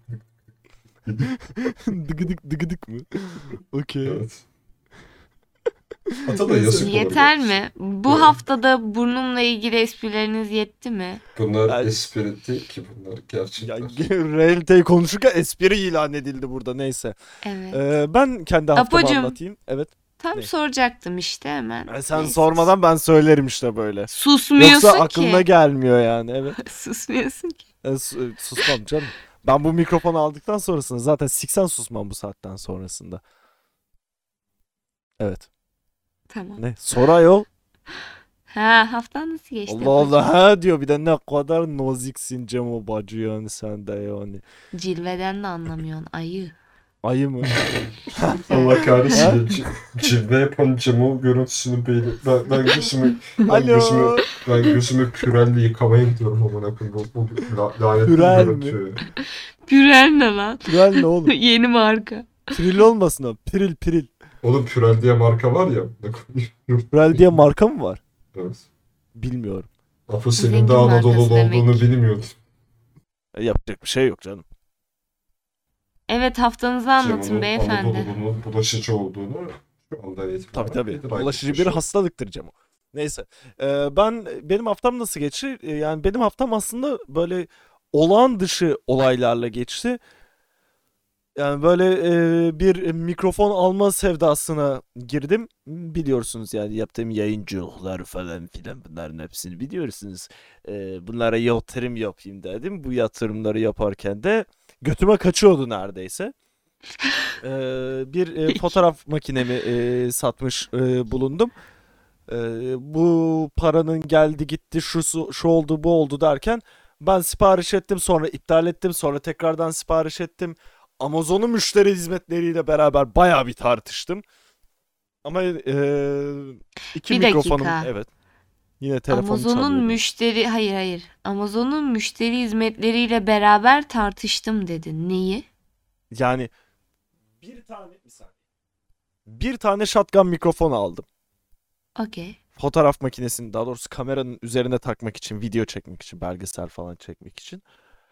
Dıgıdık mı? Okey. Evet. Ata da yazık olur. Yeter mi? Bu Evet. haftada burnumla ilgili esprileriniz yetti mi? Bunlar Yani- espri değil ki bunlar Ya, gerçekten. realiteyi konuşurken espri ilan edildi burada, neyse. Evet. Ben kendi haftamı Apocuğum. anlatayım. Evet. Tam ne? soracaktım işte hemen. Sen Neyse. sormadan ben söylerim işte böyle. Susmuyorsun Yoksa ki. aklına gelmiyor yani, evet. Susmuyorsun ki. Susmam canım. Ben bu mikrofonu aldıktan sonrasında zaten siksen susmam bu saatten sonrasında. Evet. Tamam. Ne? Sor ayol. Ha, haftan nasıl geçti? Allah Allah ha diyor, bir de ne kadar naziksin Cemo bacı yani sen de yani. Cilveden de anlamıyorsun ayı. Ayı mı? Allah kahretsin. Cilve yapan Cemo görüntüsünü ben Alo. gözümü pürelle yıkamaya gidiyorum amına koyayım. O lanetli Pürel görüntü. Pürel ne lan? Pürel ne oğlum? Yeni marka. Piril olmasın o. Piril. Oğlum Pürel diye marka var ya. Ne koyayım? Pürel diye marka mı var? Evet. Bilmiyorum. Apo senin Zengin de Anadolu'lu markası demek. olduğunu bilmiyordum. Yapacak bir şey yok canım. Evet, haftanızı anlatın Cemo'nun beyefendi. Anadolu'nun bulaşıcı olduğunu şu anda itibaren Tabii. nedir? Bulaşıcı bir Aydın hastalıktır Cemo. Neyse. Benim haftam nasıl geçti? Yani benim haftam aslında böyle olağan dışı olaylarla geçti. Yani böyle bir mikrofon alma sevdasına girdim. Biliyorsunuz yani yaptığım yayıncılıklar falan filan, bunların hepsini biliyorsunuz. Bunlara yatırım yapayım dedim. Bu yatırımları yaparken de götüme kaçıyordu neredeyse. Bir fotoğraf makinemi satmış bulundum. Bu paranın geldi gitti şu oldu bu oldu derken ben sipariş ettim, sonra iptal ettim, sonra tekrardan sipariş ettim. Amazon'un müşteri hizmetleriyle beraber bayağı bir tartıştım. Ama iki Bir mikrofonum, dakika. evet. Yine telefonum Amazon'un çalıyordu. müşteri hayır. Amazon'un müşteri hizmetleriyle beraber tartıştım dedin. Neyi? Yani bir tane shotgun mikrofon aldım. Okey. Fotoğraf makinesini, daha doğrusu kameranın üzerine takmak için, video çekmek için, belgesel falan çekmek için.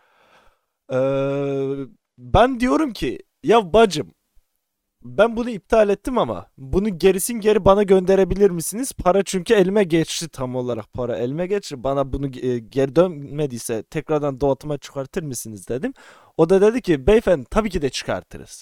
Ben diyorum ki ya bacım, ben bunu iptal ettim ama bunu geri bana gönderebilir misiniz? Para çünkü elime geçti, tam olarak para elime geçti. Bana bunu geri dönmediyse tekrardan dağıtıma çıkartır mısınız dedim. O da dedi ki beyefendi tabii ki de çıkartırız.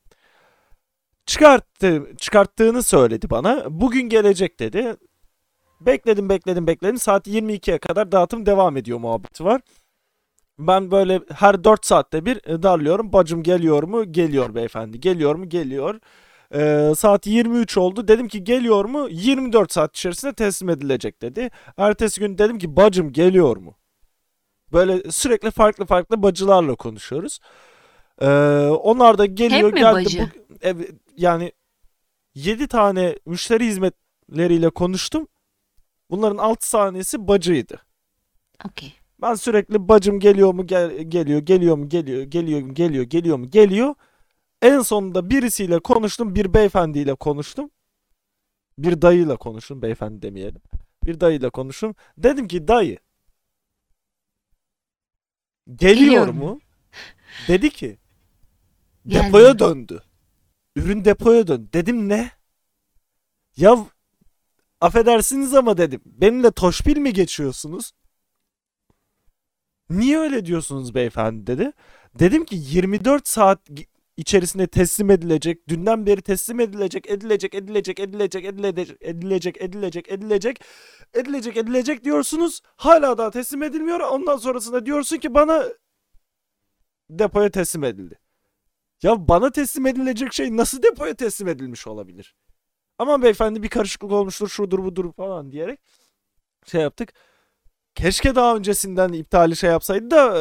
Çıkarttığını söyledi bana. Bugün gelecek dedi. Bekledim. Saat 22'ye kadar dağıtım devam ediyor muhabbeti var. Ben böyle her 4 saatte bir darlıyorum. Bacım geliyor mu? Geliyor beyefendi. Geliyor mu? Geliyor. Saat 23 oldu. Dedim ki geliyor mu? 24 saat içerisinde teslim edilecek dedi. Ertesi gün dedim ki bacım geliyor mu? Böyle sürekli farklı farklı bacılarla konuşuyoruz. Onlar da geliyor Hep mi geldi. bacı? Yani 7 tane müşteri hizmetleriyle konuştum. Bunların 6 tanesi bacıydı. Okey. Ben sürekli bacım geliyor mu geliyor, geliyor mu geliyor mu geliyor. En sonunda birisiyle konuştum, bir beyefendiyle konuştum. Bir dayıyla konuştum, beyefendi demeyelim. Bir dayıyla konuştum. Dedim ki dayı geliyor Geliyor mu? mu? Dedi ki Gelmiyor. depoya döndü. Ürün depoya döndü. Dedim ne? Ya affedersiniz ama dedim. Benimle toşbil mi geçiyorsunuz? Niye öyle diyorsunuz beyefendi dedi. Dedim ki 24 saat içerisinde teslim edilecek. Dünden beri teslim edilecek diyorsunuz. Hala daha teslim edilmiyor. Ondan sonrasında diyorsun ki bana depoya teslim edildi. Ya bana teslim edilecek şey nasıl depoya teslim edilmiş olabilir? Ama beyefendi bir karışıklık olmuştur, şudur budur falan diyerek şey yaptık. Keşke daha öncesinden iptali şey yapsaydı da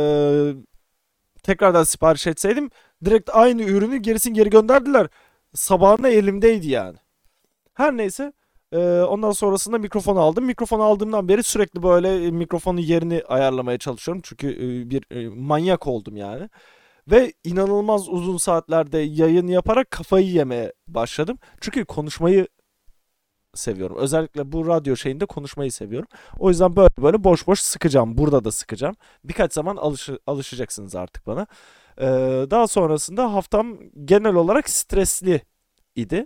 tekrardan sipariş etseydim. Direkt aynı ürünü geri gönderdiler. Sabahına elimdeydi yani. Her neyse. Ondan sonrasında mikrofonu aldım. Mikrofonu aldığımdan beri sürekli böyle mikrofonun yerini ayarlamaya çalışıyorum. Çünkü bir manyak oldum yani. Ve inanılmaz uzun saatlerde yayın yaparak kafayı yemeye başladım. Çünkü konuşmayı seviyorum. Özellikle bu radyo şeyinde konuşmayı seviyorum. O yüzden böyle boş boş sıkacağım. Burada da sıkacağım. Birkaç zaman alışacaksınız artık bana. Daha sonrasında haftam genel olarak stresli idi.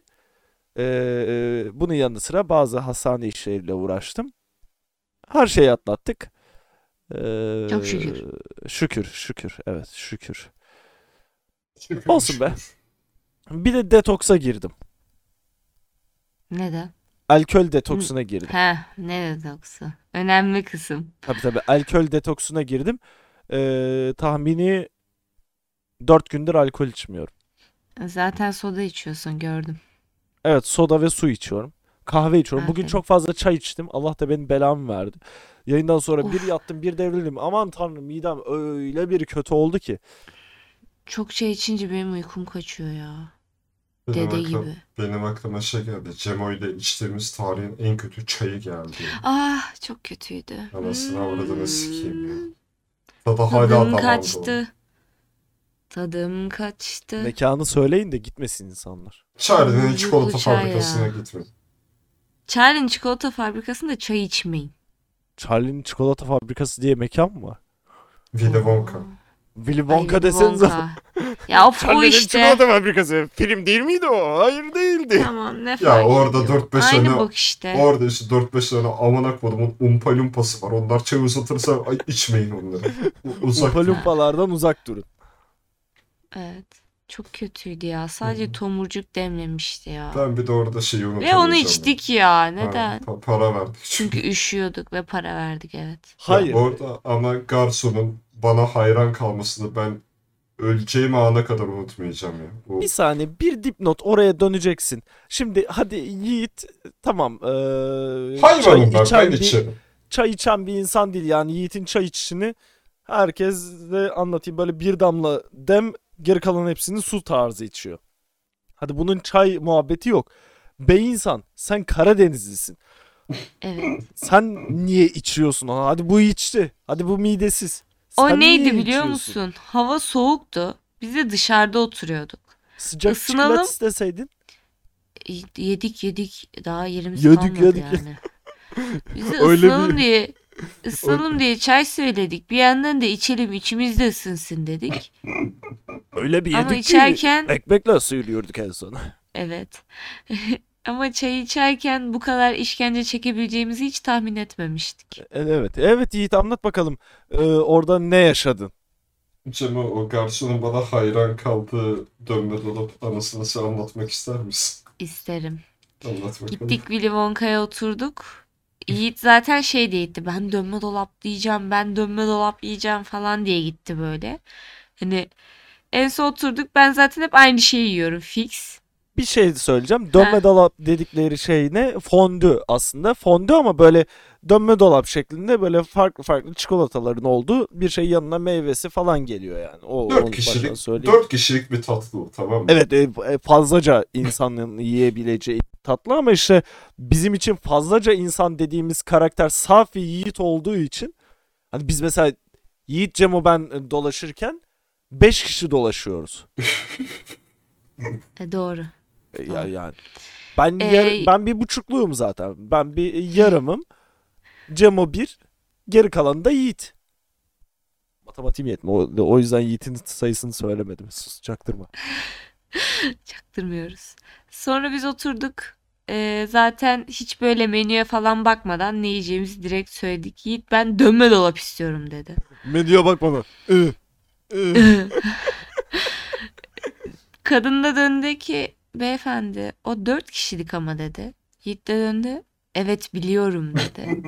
Bunun yanı sıra bazı hastane işleriyle uğraştım. Her şeyi atlattık. Çok şükür. Şükür. Evet, şükür. Şükür, Olsun be. şükür. Bir de detoksa girdim. Neden? Alkol detoksuna girdim. Ne detoksu? Önemli kısım. Tabii alkol detoksuna girdim. Tahmini 4 gündür alkol içmiyorum. Zaten soda içiyorsun gördüm. Evet, soda ve su içiyorum. Kahve içiyorum. Bugün Aferin. çok fazla çay içtim. Allah da benim belamı verdi. Yayından sonra bir Of. yattım bir devrildim. Aman tanrım midem öyle bir kötü oldu ki. Çok şey içince benim uykum kaçıyor ya. Benim Dede aklıma, gibi. benim aklıma şey geldi. Cemo ile içtiğimiz tarihin en kötü çayı geldi. Ah çok kötüydü. Anasını avradını sikeyim ya. Hmm. Tadı hala Tadım damağımda. kaçtı. Tadım kaçtı. Mekanı söyleyin de gitmesin insanlar. Charlie'nin Muzlu çikolata çay fabrikasına ya. gitme. Charlie'nin çikolata fabrikasında çay içmeyin. Charlie'nin çikolata fabrikası diye mekan mı var? Willy Wonka. Willy Ay, Wonka Willy desenize. Wonka. Ya of o Charlie'nin işte. çikolata fabrikası. Film değil miydi o? Hayır değildi. Tamam ne Ya fark orada ediyor? 4-5 Aynı tane bok işte. orada işte 4-5 tane amına kodumun umpa lumpası var. Onlar çay uzatırsa ay, içmeyin onları. Uzak Umpa durun. lumpalardan uzak durun. Evet. Çok kötüydü ya. Sadece tomurcuk demlemişti ya. Ben bir de orada şeyi Ve unutamayacağım. onu içtik ya. Neden? Para verdik. Çünkü üşüyorduk ve para verdik evet. Hayır. Ya orada ama garsonun bana hayran kalmasını ben öleceğim ana kadar unutmayacağım ya. Bu Bir saniye bir dipnot oraya döneceksin. Şimdi hadi Yiğit tamam hayvanım ben, ben bir, içerim. çay içen bir insan değil yani Yiğit'in çay içişini herkese anlatayım böyle bir damla dem geri kalan hepsini su tarzı içiyor. Hadi bunun çay muhabbeti yok. Be insan sen Karadenizlisin. Evet. Sen niye içiyorsun onu? Hadi bu içti. Hadi bu midesiz. O Sen neydi niye biliyor içiyorsun? musun? Hava soğuktu. Biz de dışarıda oturuyorduk. Sıcak Isınalım. çikolata isteseydin. Yedik. Daha yerimiz Yedik, kalmadı yedik. yani. Biz de Öyle ısınalım diye çay söyledik. Bir yandan da içelim içimiz de ısınsın dedik. Öyle bir Ama yedik ki içerken ekmekle sıyırıyorduk en son. evet. Ama çay içerken bu kadar işkence çekebileceğimizi hiç tahmin etmemiştik. Evet Yiğit anlat bakalım. Orada ne yaşadın? Cemo o garsonun bana hayran kaldığı dönme dolap anısını sen anlatmak ister misin? İsterim. Anlat bakalım. Gittik Willy Wonka'ya oturduk. Yiğit zaten şey diye gitti. Ben dönme dolap yiyeceğim, ben dönme dolap yiyeceğim falan diye gitti böyle. Hani en son oturduk, ben zaten hep aynı şeyi yiyorum fix. Bir şey söyleyeceğim. Dönme Ha. dolap dedikleri şey ne? Fondü aslında. Fondü ama böyle dönme dolap şeklinde böyle farklı farklı çikolataların olduğu bir şey, yanına meyvesi falan geliyor yani. Onu 4 baştan kişilik, söyleyeyim. 4 kişilik bir tatlı o, tamam mı? Evet, fazlaca insanın yiyebileceği tatlı ama işte bizim için fazlaca insan dediğimiz karakter Safi Yiğit olduğu için hani biz mesela Yiğit, Cemo, ben dolaşırken 5 kişi dolaşıyoruz. Doğru. Yani ben Ee, ben bir buçukluyum zaten. Ben bir yarımım. Cemo bir, geri kalanı da Yiğit. Matematiğim yetmiyor. O yüzden Yiğit'in sayısını söylemedim. Sus, çaktırma. Çaktırmıyoruz. Sonra biz oturduk. Zaten hiç böyle menüye falan bakmadan ne yiyeceğimizi direkt söyledik. Yiğit ben dönme dolap istiyorum dedi. Menüye bak bana. Kadın da döndü ki beyefendi o 4 kişilik ama dedi. Yiğit de döndü. Evet biliyorum dedi.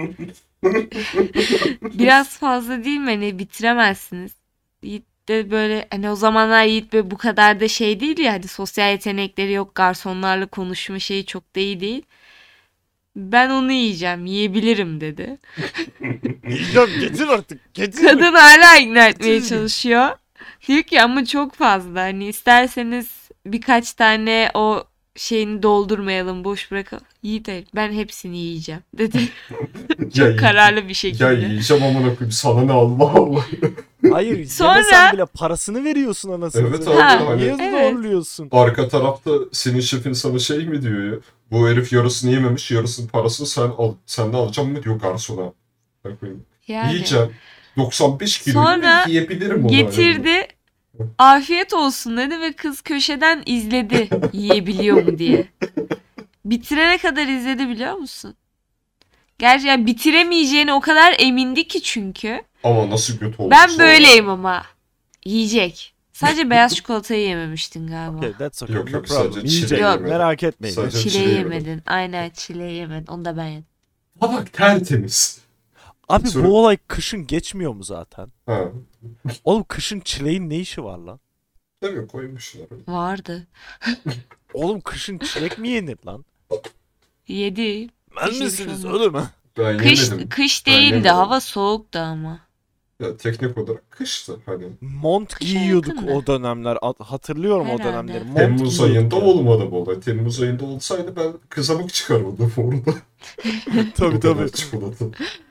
Biraz fazla değil mi? Hani bitiremezsiniz. Yiğit de böyle hani o zamanlar Yiğit böyle bu kadar da şey değil ya, hani sosyal yetenekleri yok, garsonlarla konuşma şeyi çok da iyi değil. Ben onu yiyeceğim, yiyebilirim dedi. Yiyeceğim, getir artık. Getir. Kadın hala ikna etmeye Getir. çalışıyor. Diyor ki ama çok fazla, hani isterseniz birkaç tane o şeyini doldurmayalım, boş bırakalım. Yiğit hayır, ben hepsini yiyeceğim dedi. Ya Çok kararlı bir Ya şekilde. yiyeceğim amına koyayım, sana ne, Allah Allah. Hayır, Sonra- yemesen bile parasını veriyorsun anasını. Evet satayım. abi, Ha, hani Niye evet. zorluyorsun? arka tarafta senin şefin sana şey mi diyor ya? Bu herif yarısını yememiş, yarısının parasını sen de alacağım mı diyor garsona. Bak koyayım. Yani. Yiyeceğim. 95 kilo Sonra yiyebilirim onu. getirdi. Afiyet olsun dedi ve kız köşeden izledi yiyebiliyor mu diye. Bitirene kadar izledi, biliyor musun? Gerçi yani bitiremeyeceğine o kadar emindi ki çünkü. Ama nasıl kötü oldu Ben sonra. böyleyim ama. Yiyecek. Sadece beyaz çikolatayı yememiştin galiba. Okay, that's okay. Yok, No yok, problem. sadece Yiyecek. çileği Yok. yemedim. Merak etmeyin. Sadece Çileği çileği yemedim. yemedin. Aynen, çileği yemedin. Onu da ben yedim. Ha bak, tertemiz. Abi Sonra- bu olay kışın geçmiyor mu zaten? Ha. Oğlum kışın çileğin ne işi var lan? Değil mi, koymuşlar. Vardı. Oğlum kışın çilek mi yenir lan? Yedi. Ben Kışın misiniz bir şey oğlum? Ben Kış, yemedim. kış Ben değildi. yemedim. Hava soğuktu ama. Ya teknik olarak kıştı hani. Mont Kışa giyiyorduk yakındı. o dönemler. Hatırlıyorum o Herhalde. dönemleri. Mont Temmuz giyiyorduk ayında ya. olmadı bu olay. Temmuz ayında olsaydı ben kızamık çıkarırdım orada. Tabii Bu kadar tabii. çikolata.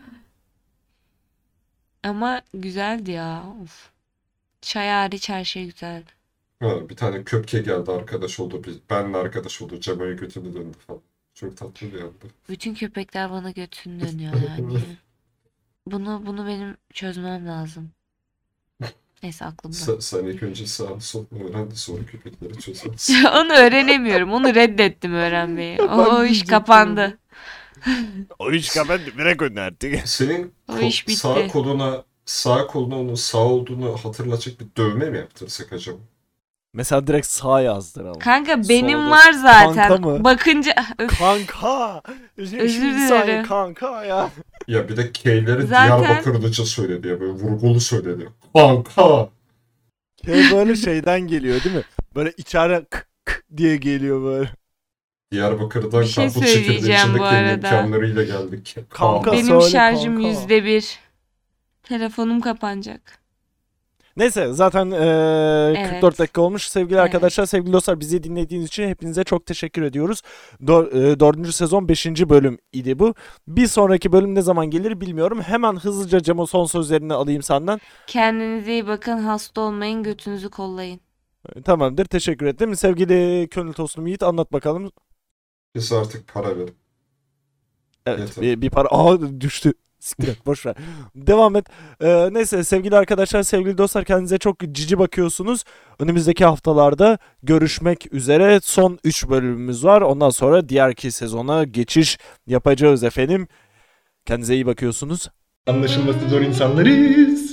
Ama güzeldi ya. Of. Çay hariç her şey güzeldi. Ha, bir tane köpke geldi, arkadaş oldu. Benle arkadaş oldu. Cemo'ya götünü döndü falan. Çok tatlı bir yandı. Bütün köpekler bana götünü dönüyorlar. Niye? Bunu benim çözmem lazım. Neyse, aklımda. Sen ilk önce sağını solunu öğren de sonra köpekleri çözersin. Onu öğrenemiyorum. Onu reddettim öğrenmeyi. Ben O iş diyecektim kapandı. O iş kapandı. Bırak onu artık. Senin O iş bitti. sağ koluna onun sağ olduğunu hatırlatacak bir dövme mi yaptırsak acaba? Mesela direkt sağ yazdıralım. Kanka benim Solda. var zaten. Kanka mı? Bakınca öf, Kanka. Özür Şimdi saniye dilerim. kanka ya. Ya bir de K'leri Zaten- Diyarbakırlıca söyledi ya, böyle vurgulu söyledi. Kanka. Böyle şeyden geliyor değil mi? Böyle içeri diye geliyor böyle. Diyarbakır'dan Bir şey karpuz söyleyeceğim çekirdeği bu arada. imkanlarıyla geldik. Kanka, benim söyle şarjım kanka. %1. Telefonum kapanacak. Neyse zaten 44 dakika olmuş. Sevgili Evet. arkadaşlar, sevgili dostlar, bizi dinlediğiniz için hepinize çok teşekkür ediyoruz. 4. sezon 5. bölüm idi bu. Bir sonraki bölüm ne zaman gelir bilmiyorum. Hemen hızlıca Cemo son sözlerini alayım senden. Kendinize iyi bakın. Hasta olmayın. Götünüzü kollayın. Tamamdır, teşekkür ederim. Sevgili Gönül Tostum Yiğit, anlat bakalım. Biz artık para verin. Evet, Yeter. bir para düştü. Siktir et, boş ver. Devam et. Neyse sevgili arkadaşlar, sevgili dostlar, kendinize çok cici bakıyorsunuz. Önümüzdeki haftalarda görüşmek üzere. Son 3 bölümümüz var. Ondan sonra diğerki sezona geçiş yapacağız efendim. Kendinize iyi bakıyorsunuz. Anlaşılması zor insanlarız.